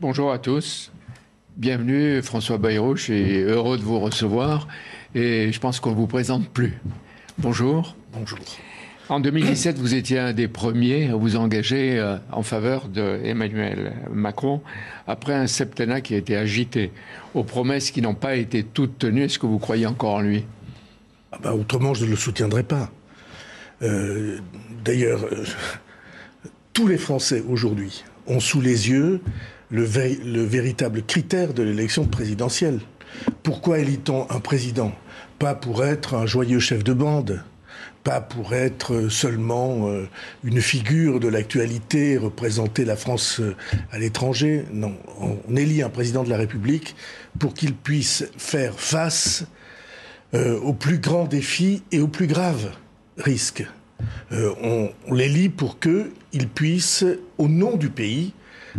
Bonjour à tous. Bienvenue, François Bayrou. Je suis heureux de vous recevoir et je pense qu'on ne vous présente plus. Bonjour. Bonjour. En 2017, vous étiez un des premiers à vous engager en faveur d'Emmanuel Macron après un septennat qui a été agité, aux promesses qui n'ont pas été toutes tenues. Est-ce que vous croyez encore en lui ? Autrement, je ne le soutiendrai pas. D'ailleurs, tous les Français aujourd'hui ont sous les yeux le véritable critère de l'élection présidentielle. Pourquoi élit-on un président ? Pas pour être un joyeux chef de bande, pas pour être seulement une figure de l'actualité, représenter la France à l'étranger. Non, on élit un président de la République pour qu'il puisse faire face aux plus grands défis et aux plus graves risques. On l'élit pour qu'il puisse, au nom du pays,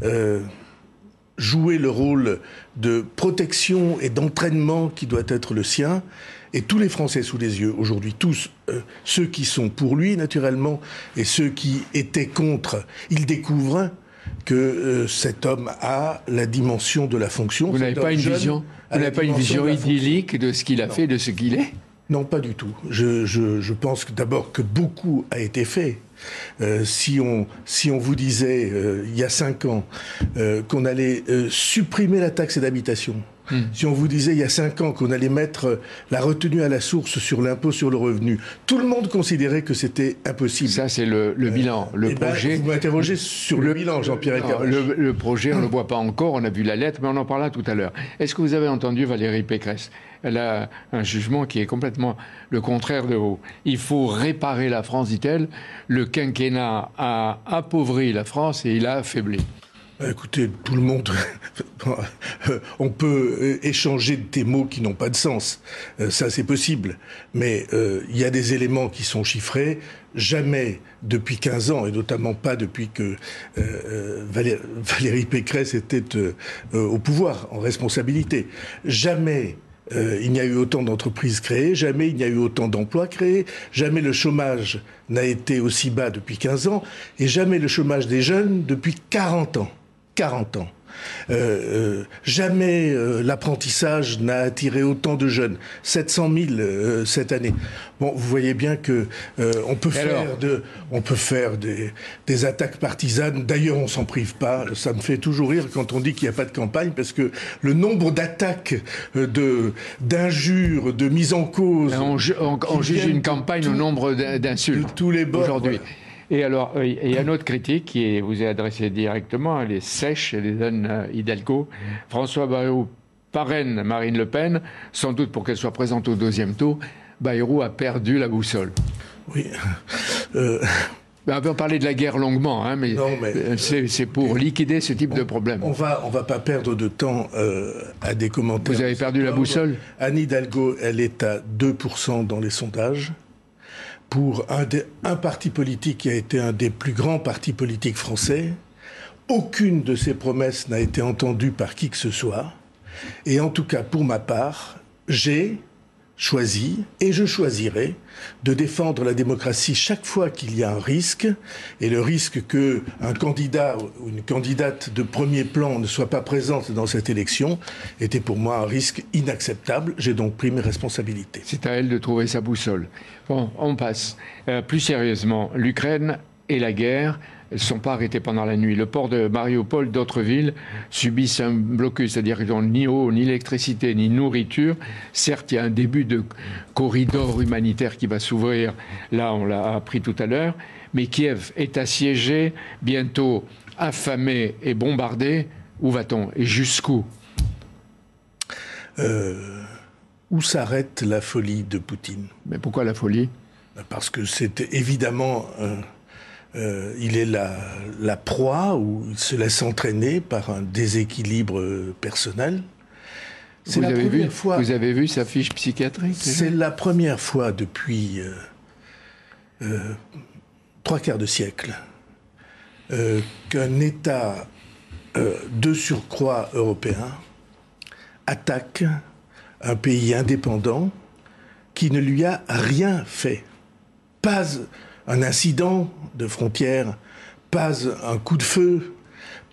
jouer le rôle de protection et d'entraînement qui doit être le sien. Et tous les Français sous les yeux, aujourd'hui, tous ceux qui sont pour lui, naturellement, et ceux qui étaient contre, ils découvrent que cet homme a la dimension de la fonction. Vous n'avez pas une vision, idyllique de ce qu'il a fait, de ce qu'il est ? Non, pas du tout. Je pense que d'abord que beaucoup a été fait. Si on vous disait il y a 5 ans qu'on allait supprimer la taxe d'habitation, si on vous disait il y a 5 ans qu'on allait mettre la retenue à la source sur l'impôt sur le revenu, tout le monde considérait que c'était impossible. Ça, c'est le bilan. Le projet. Vous m'interrogez sur le bilan, Jean-Pierre Elkabbach. Le projet, on ne le voit pas encore. On a vu la lettre, mais on en parlera tout à l'heure. Est-ce que vous avez entendu Valérie Pécresse ? Elle a un jugement qui est complètement le contraire de vous. Il faut réparer la France, dit-elle. Le quinquennat a appauvri la France et il a affaibli. Écoutez, tout le monde, on peut échanger des mots qui n'ont pas de sens. Ça, c'est possible. Mais il y a des éléments qui sont chiffrés. Jamais, depuis 15 ans, et notamment pas depuis que Valérie Pécresse était au pouvoir, en responsabilité, jamais il n'y a eu autant d'entreprises créées, jamais il n'y a eu autant d'emplois créés, jamais le chômage n'a été aussi bas depuis 15 ans, et jamais le chômage des jeunes depuis 40 ans. 40 ans. Jamais l'apprentissage n'a attiré autant de jeunes. 700 000 cette année. Bon, vous voyez bien que on peut faire des attaques partisanes. D'ailleurs, on s'en prive pas. Ça me fait toujours rire quand on dit qu'il n'y a pas de campagne, parce que le nombre d'attaques, d'injures, de mises en cause... On juge une campagne au nombre d'insultes tous les bords aujourd'hui. Voilà. Et alors, il y a une autre critique qui vous est adressée directement, elle est sèche, elle donne Hidalgo. François Bayrou parraine Marine Le Pen, sans doute pour qu'elle soit présente au 2e tour. Bayrou a perdu la boussole. Oui. On peut parler de la guerre longuement, hein, mais c'est pour liquider ce type de problème. On va pas perdre de temps à des commentaires. Vous avez perdu la boussole ? Anne Hidalgo, elle est à 2% dans les sondages. Pour un parti politique qui a été un des plus grands partis politiques français, aucune de ses promesses n'a été entendue par qui que ce soit. Et en tout cas, pour ma part, j'ai choisi, et je choisirai, de défendre la démocratie chaque fois qu'il y a un risque, et le risque qu'un candidat ou une candidate de premier plan ne soit pas présente dans cette élection était pour moi un risque inacceptable. J'ai donc pris mes responsabilités. C'est à elle de trouver sa boussole. Bon, on passe. Plus sérieusement, l'Ukraine et la guerre ne sont pas arrêtées pendant la nuit. Le port de Mariupol, d'autres villes, subissent un blocus, c'est-à-dire qu'ils n'ont ni eau, ni électricité, ni nourriture. Certes, il y a un début de corridor humanitaire qui va s'ouvrir, là on l'a appris tout à l'heure, mais Kiev est assiégé, bientôt affamé et bombardé. Où va-t-on et jusqu'où ? Où s'arrête la folie de Poutine ? Mais pourquoi la folie ? Parce que c'est évidemment... il est la proie, ou il se laisse entraîner par un déséquilibre personnel. Vous avez vu sa fiche psychiatrique ? C'est la première fois depuis 3/4 de siècle qu'un État de surcroît européen attaque un pays indépendant qui ne lui a rien fait. Pas un incident de frontière, pas un coup de feu,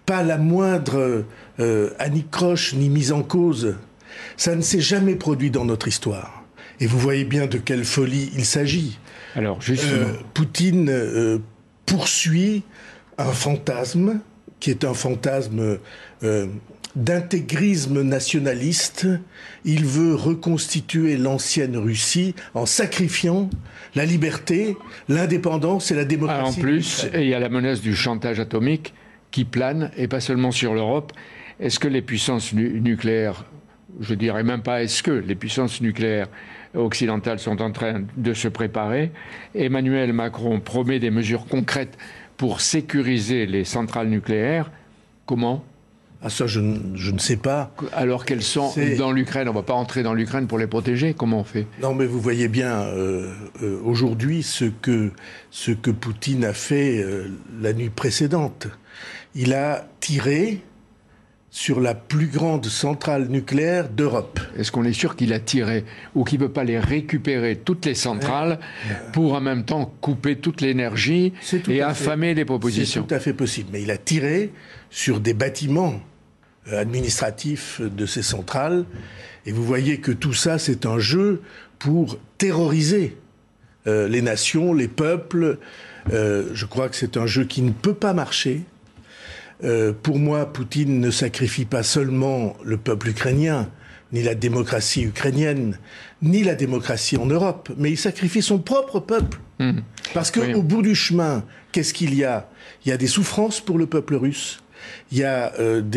pas la moindre anicroche ni mise en cause. Ça ne s'est jamais produit dans notre histoire. Et vous voyez bien de quelle folie il s'agit. Alors, justement... Poutine poursuit un fantasme qui est un fantasme d'intégrisme nationaliste. Il veut reconstituer l'ancienne Russie en sacrifiant la liberté, l'indépendance et la démocratie. En plus, il y a la menace du chantage atomique qui plane, et pas seulement sur l'Europe. Est-ce que les puissances nucléaires, je dirais même pas est-ce que les puissances nucléaires occidentales sont en train de se préparer? Emmanuel Macron promet des mesures concrètes pour sécuriser les centrales nucléaires. Comment? Ah, ça, je ne sais pas. Alors qu'elles sont dans l'Ukraine, on ne va pas entrer dans l'Ukraine pour les protéger. Comment on fait? Non, mais vous voyez bien aujourd'hui ce que Poutine a fait la nuit précédente. Il a tiré sur la plus grande centrale nucléaire d'Europe. Est-ce qu'on est sûr qu'il a tiré ou qu'il ne peut pas les récupérer, toutes les centrales, pour en même temps couper toute l'énergie et affamer les propositions? C'est tout à fait possible. Mais il a tiré sur des bâtiments administratifs de ces centrales. Et vous voyez que tout ça, c'est un jeu pour terroriser les nations, les peuples. Je crois que c'est un jeu qui ne peut pas marcher. Pour moi, Poutine ne sacrifie pas seulement le peuple ukrainien, ni la démocratie ukrainienne, ni la démocratie en Europe, mais il sacrifie son propre peuple. Parce qu'au bout du chemin, qu'est-ce qu'il y a? Il y a des souffrances pour le peuple russe. Il y a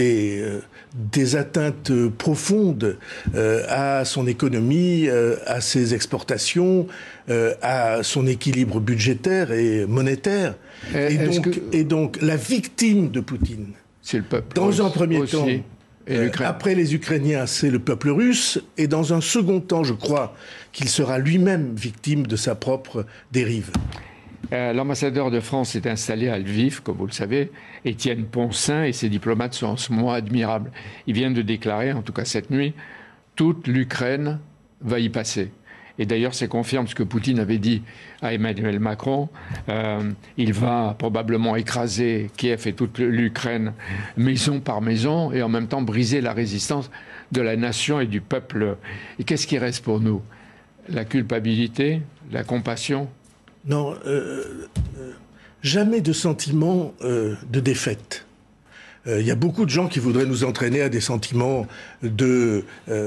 des atteintes profondes à son économie, à ses exportations, à son équilibre budgétaire et monétaire. Et donc, la victime de Poutine, c'est le peuple. Dans un premier temps, et après les Ukrainiens, c'est le peuple russe. Et dans un second temps, je crois qu'il sera lui-même victime de sa propre dérive. L'ambassadeur de France est installé à Lviv, comme vous le savez. Étienne Poncin et ses diplomates sont en ce moment admirables. Il vient de déclarer, en tout cas cette nuit, toute l'Ukraine va y passer. Et d'ailleurs, ça confirme ce que Poutine avait dit à Emmanuel Macron. Il va probablement écraser Kiev et toute l'Ukraine maison par maison et en même temps briser la résistance de la nation et du peuple. Et qu'est-ce qui reste pour nous? La culpabilité, la compassion? Non, jamais de sentiment de défaite. Il y a beaucoup de gens qui voudraient nous entraîner à des sentiments de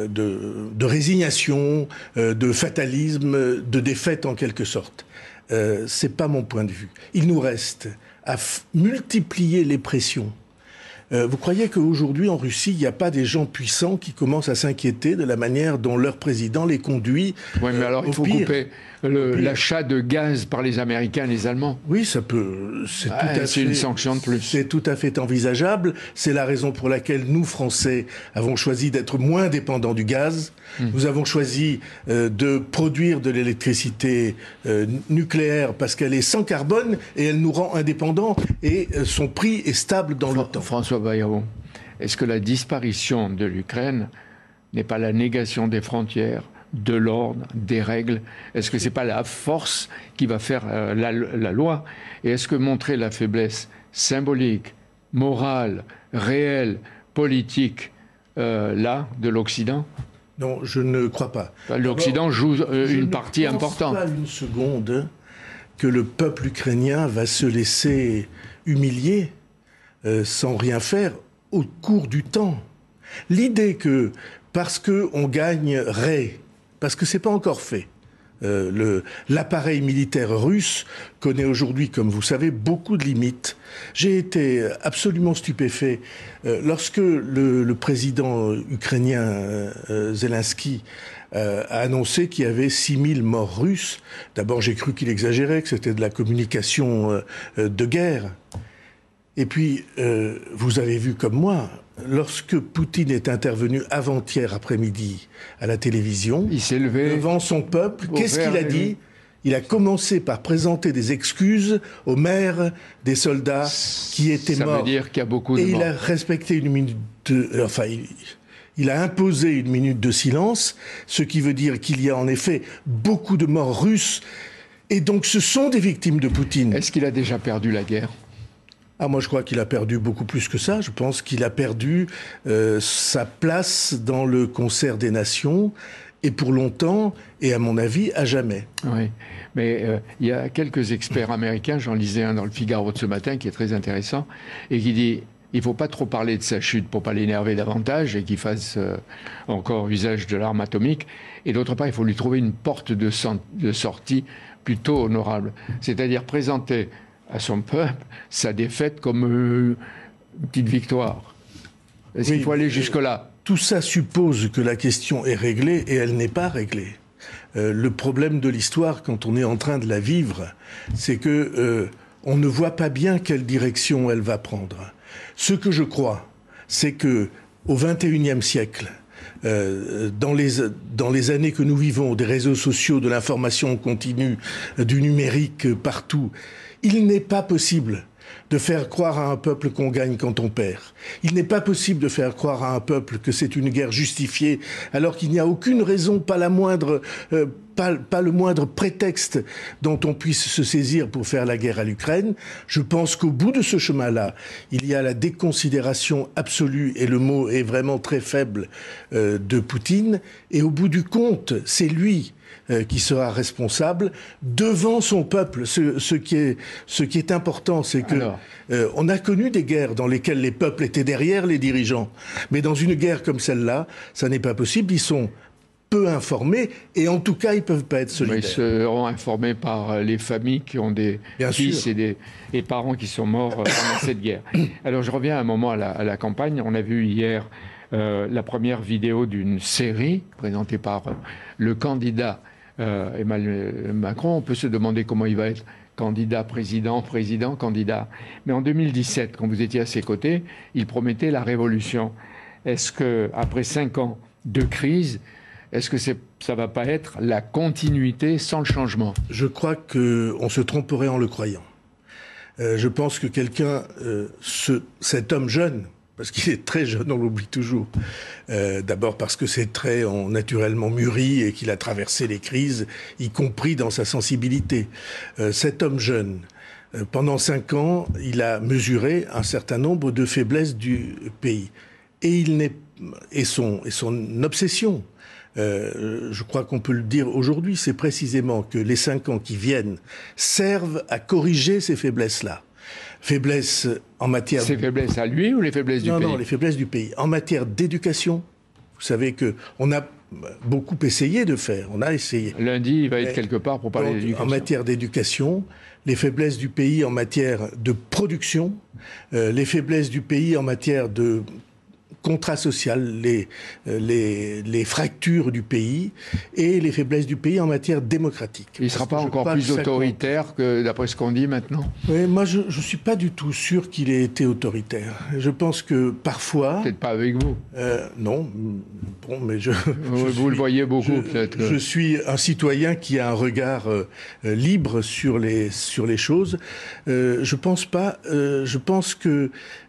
résignation, de fatalisme, de défaite en quelque sorte. C'est pas mon point de vue. Il nous reste à multiplier les pressions. Vous croyez qu'aujourd'hui, en Russie, il n'y a pas des gens puissants qui commencent à s'inquiéter de la manière dont leur président les conduit? Oui, mais alors il faut couper l'achat de gaz par les Américains et les Allemands. Oui, ça peut. C'est une sanction de plus. C'est tout à fait envisageable. C'est la raison pour laquelle nous, Français, avons choisi d'être moins dépendants du gaz. Nous avons choisi de produire de l'électricité nucléaire parce qu'elle est sans carbone et elle nous rend indépendants et son prix est stable dans le temps. François Bayrou, est-ce que la disparition de l'Ukraine n'est pas la négation des frontières, de l'ordre, des règles? Est-ce que ce n'est pas la force qui va faire la loi? Et est-ce que montrer la faiblesse symbolique, morale, réelle, politique, de l'Occident? Non, je ne crois pas. L'Occident joue une partie importante. Je ne pense pas une seconde que le peuple ukrainien va se laisser humilier sans rien faire au cours du temps. L'idée que parce qu'on gagnerait, parce que c'est pas encore fait, l'appareil militaire russe connaît aujourd'hui, comme vous savez, beaucoup de limites. J'ai été absolument stupéfait lorsque le président ukrainien Zelensky a annoncé qu'il y avait 6000 morts russes. D'abord, j'ai cru qu'il exagérait, que c'était de la communication de guerre. Et puis, vous avez vu comme moi, lorsque Poutine est intervenu avant-hier après-midi à la télévision, il s'est levé devant son peuple, qu'est-ce qu'il a dit? Il a commencé par présenter des excuses aux mères des soldats qui étaient morts. Ça veut dire qu'il y a beaucoup de morts. Et il a respecté une minute il a imposé une minute de silence, ce qui veut dire qu'il y a en effet beaucoup de morts russes. Et donc ce sont des victimes de Poutine. Est-ce qu'il a déjà perdu la guerre? Ah, moi, je crois qu'il a perdu beaucoup plus que ça. Je pense qu'il a perdu sa place dans le concert des nations, et pour longtemps, et à mon avis, à jamais. Oui, mais il y a quelques experts américains, j'en lisais un dans le Figaro de ce matin, qui est très intéressant, et qui dit il ne faut pas trop parler de sa chute pour ne pas l'énerver davantage et qu'il fasse encore usage de l'arme atomique. Et d'autre part, il faut lui trouver une porte de sortie plutôt honorable. C'est-à-dire présenter à son peuple sa défaite comme une petite victoire. Est-ce qu'il faut aller jusque-là ? Tout ça suppose que la question est réglée et elle n'est pas réglée. Le problème de l'histoire, quand on est en train de la vivre, c'est que on ne voit pas bien quelle direction elle va prendre. Ce que je crois, c'est que au XXIe siècle, dans les années que nous vivons, des réseaux sociaux, de l'information continue, du numérique partout, il n'est pas possible de faire croire à un peuple qu'on gagne quand on perd. Il n'est pas possible de faire croire à un peuple que c'est une guerre justifiée, alors qu'il n'y a aucune raison, pas le moindre prétexte dont on puisse se saisir pour faire la guerre à l'Ukraine. Je pense qu'au bout de ce chemin-là, il y a la déconsidération absolue, et le mot est vraiment très faible, de Poutine. Et au bout du compte, c'est lui qui sera responsable devant son peuple. Ce qui est important, c'est que on a connu des guerres dans lesquelles les peuples étaient derrière les dirigeants. Mais dans une guerre comme celle-là, ça n'est pas possible. Ils sont peu informés et en tout cas, ils ne peuvent pas être solidaires. Ils seront informés par les familles qui ont des fils et des parents qui sont morts pendant cette guerre. Alors, je reviens un moment à la campagne. On a vu hier la première vidéo d'une série présentée par le candidat Emmanuel Macron. On peut se demander comment il va être candidat, président, candidat. Mais en 2017, quand vous étiez à ses côtés, il promettait la révolution. Est-ce qu'après 5 ans de crise, est-ce que ça ne va pas être la continuité sans le changement ? Je crois qu'on se tromperait en le croyant. Je pense que cet homme jeune, parce qu'il est très jeune, on l'oublie toujours. D'abord parce que ses traits ont naturellement mûri et qu'il a traversé les crises, y compris dans sa sensibilité. Cet homme jeune, pendant 5 ans, il a mesuré un certain nombre de faiblesses du pays. Et son obsession, je crois qu'on peut le dire aujourd'hui, c'est précisément que les 5 ans qui viennent servent à corriger ces faiblesses-là. Faiblesses en matière... Ces faiblesses à lui ou les faiblesses du pays ? Non, les faiblesses du pays. En matière d'éducation, vous savez qu'on a beaucoup essayé de faire, on a essayé. Lundi, il va être quelque part pour parler d'éducation. En matière d'éducation, les faiblesses du pays en matière de production, les faiblesses du pays en matière de contrat social, les fractures du pays et les faiblesses du pays en matière démocratique. Il ne sera pas encore plus autoritaire que d'après ce qu'on dit maintenant ? Oui, moi je ne suis pas du tout sûr qu'il ait été autoritaire. Je pense que parfois... Peut-être pas avec vous. Non, bon, mais vous le voyez beaucoup peut-être. Je suis un citoyen qui a un regard libre sur les choses. Je pense pas. Je pense que...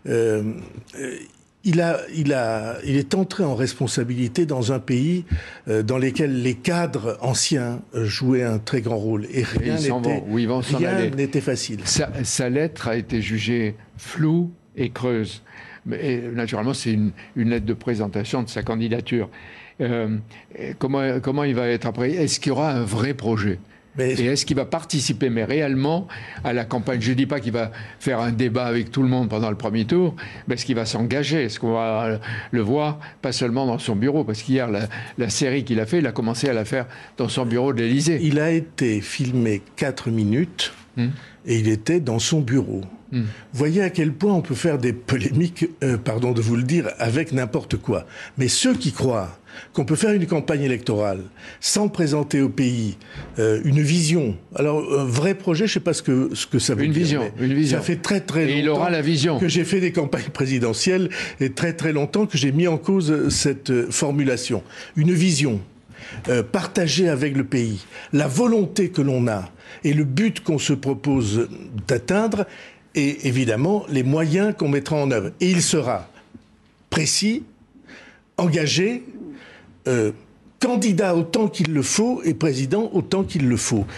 Il est entré en responsabilité dans un pays dans lequel les cadres anciens jouaient un très grand rôle. Et rien n'était facile. Sa lettre a été jugée floue et creuse. Mais naturellement, c'est une lettre de présentation de sa candidature. Comment il va être après ? Est-ce qu'il y aura un vrai projet ? Et est-ce qu'il va participer, mais réellement, à la campagne ? Je ne dis pas qu'il va faire un débat avec tout le monde pendant le premier tour, mais est-ce qu'il va s'engager ? Est-ce qu'on va le voir, pas seulement dans son bureau ? Parce qu'hier, la série qu'il a fait, il a commencé à la faire dans son bureau de l'Élysée. Il a été filmé 4 minutes et il était dans son bureau. Voyez à quel point on peut faire des polémiques, pardon de vous le dire, avec n'importe quoi. Mais ceux qui croient qu'on peut faire une campagne électorale sans présenter au pays une vision. Alors, un vrai projet, je ne sais pas ce que ça veut dire. Une vision. Ça fait très très longtemps il aura la vision. Que j'ai fait des campagnes présidentielles et très très longtemps que j'ai mis en cause cette formulation. Une vision partagée avec le pays, la volonté que l'on a et le but qu'on se propose d'atteindre et évidemment les moyens qu'on mettra en œuvre. Et il sera précis, engagé, candidat autant qu'il le faut et président autant qu'il le faut.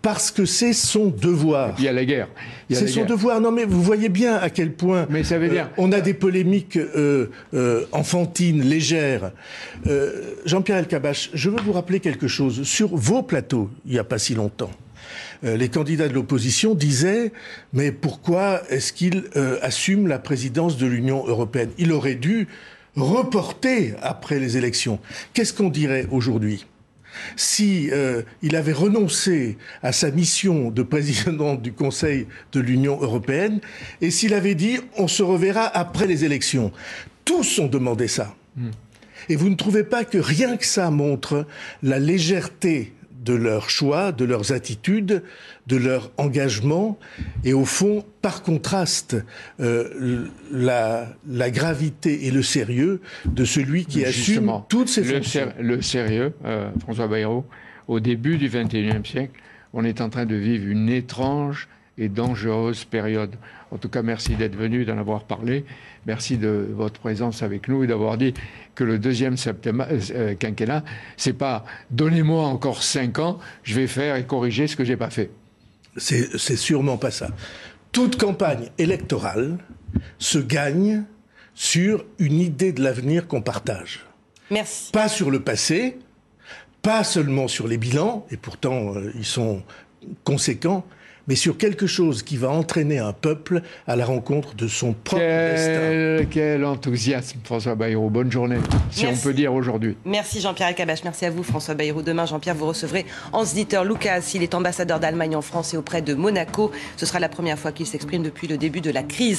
parce que c'est son devoir. Il y a la guerre. C'est son devoir. Non, mais vous voyez bien à quel point mais ça veut dire... on a des polémiques enfantines, légères. Jean-Pierre Elkabbach, je veux vous rappeler quelque chose. Sur vos plateaux, il n'y a pas si longtemps, les candidats de l'opposition disaient « Mais pourquoi est-ce qu'il assume la présidence de l'Union européenne ? Il aurait dû reporter après les élections. » Qu'est-ce qu'on dirait aujourd'hui ? Si il avait renoncé à sa mission de président du Conseil de l'Union européenne et s'il avait dit « on se reverra après les élections ». Tous ont demandé ça. Et vous ne trouvez pas que rien que ça montre la légèreté de leurs choix, de leurs attitudes, de leur engagement, et au fond, par contraste, la gravité et le sérieux de celui qui assume toutes ses fonctions. Le sérieux, François Bayrou, au début du XXIe siècle, on est en train de vivre une étrange et dangereuse période. En tout cas, merci d'être venu, d'en avoir parlé. Merci de votre présence avec nous et d'avoir dit que le deuxième quinquennat, c'est pas « donnez-moi encore 5 ans, je vais faire et corriger ce que j'ai pas fait ». C'est sûrement pas ça. Toute campagne électorale se gagne sur une idée de l'avenir qu'on partage. Merci. Pas sur le passé, pas seulement sur les bilans, et pourtant ils sont conséquents, mais sur quelque chose qui va entraîner un peuple à la rencontre de son propre destin. Quel enthousiasme, François Bayrou. Bonne journée, si on peut dire aujourd'hui. Merci Jean-Pierre Elkabbach. Merci à vous, François Bayrou. Demain, Jean-Pierre, vous recevrez Hans-Dieter Lucas. Il est ambassadeur d'Allemagne en France et auprès de Monaco. Ce sera la première fois qu'il s'exprime depuis le début de la crise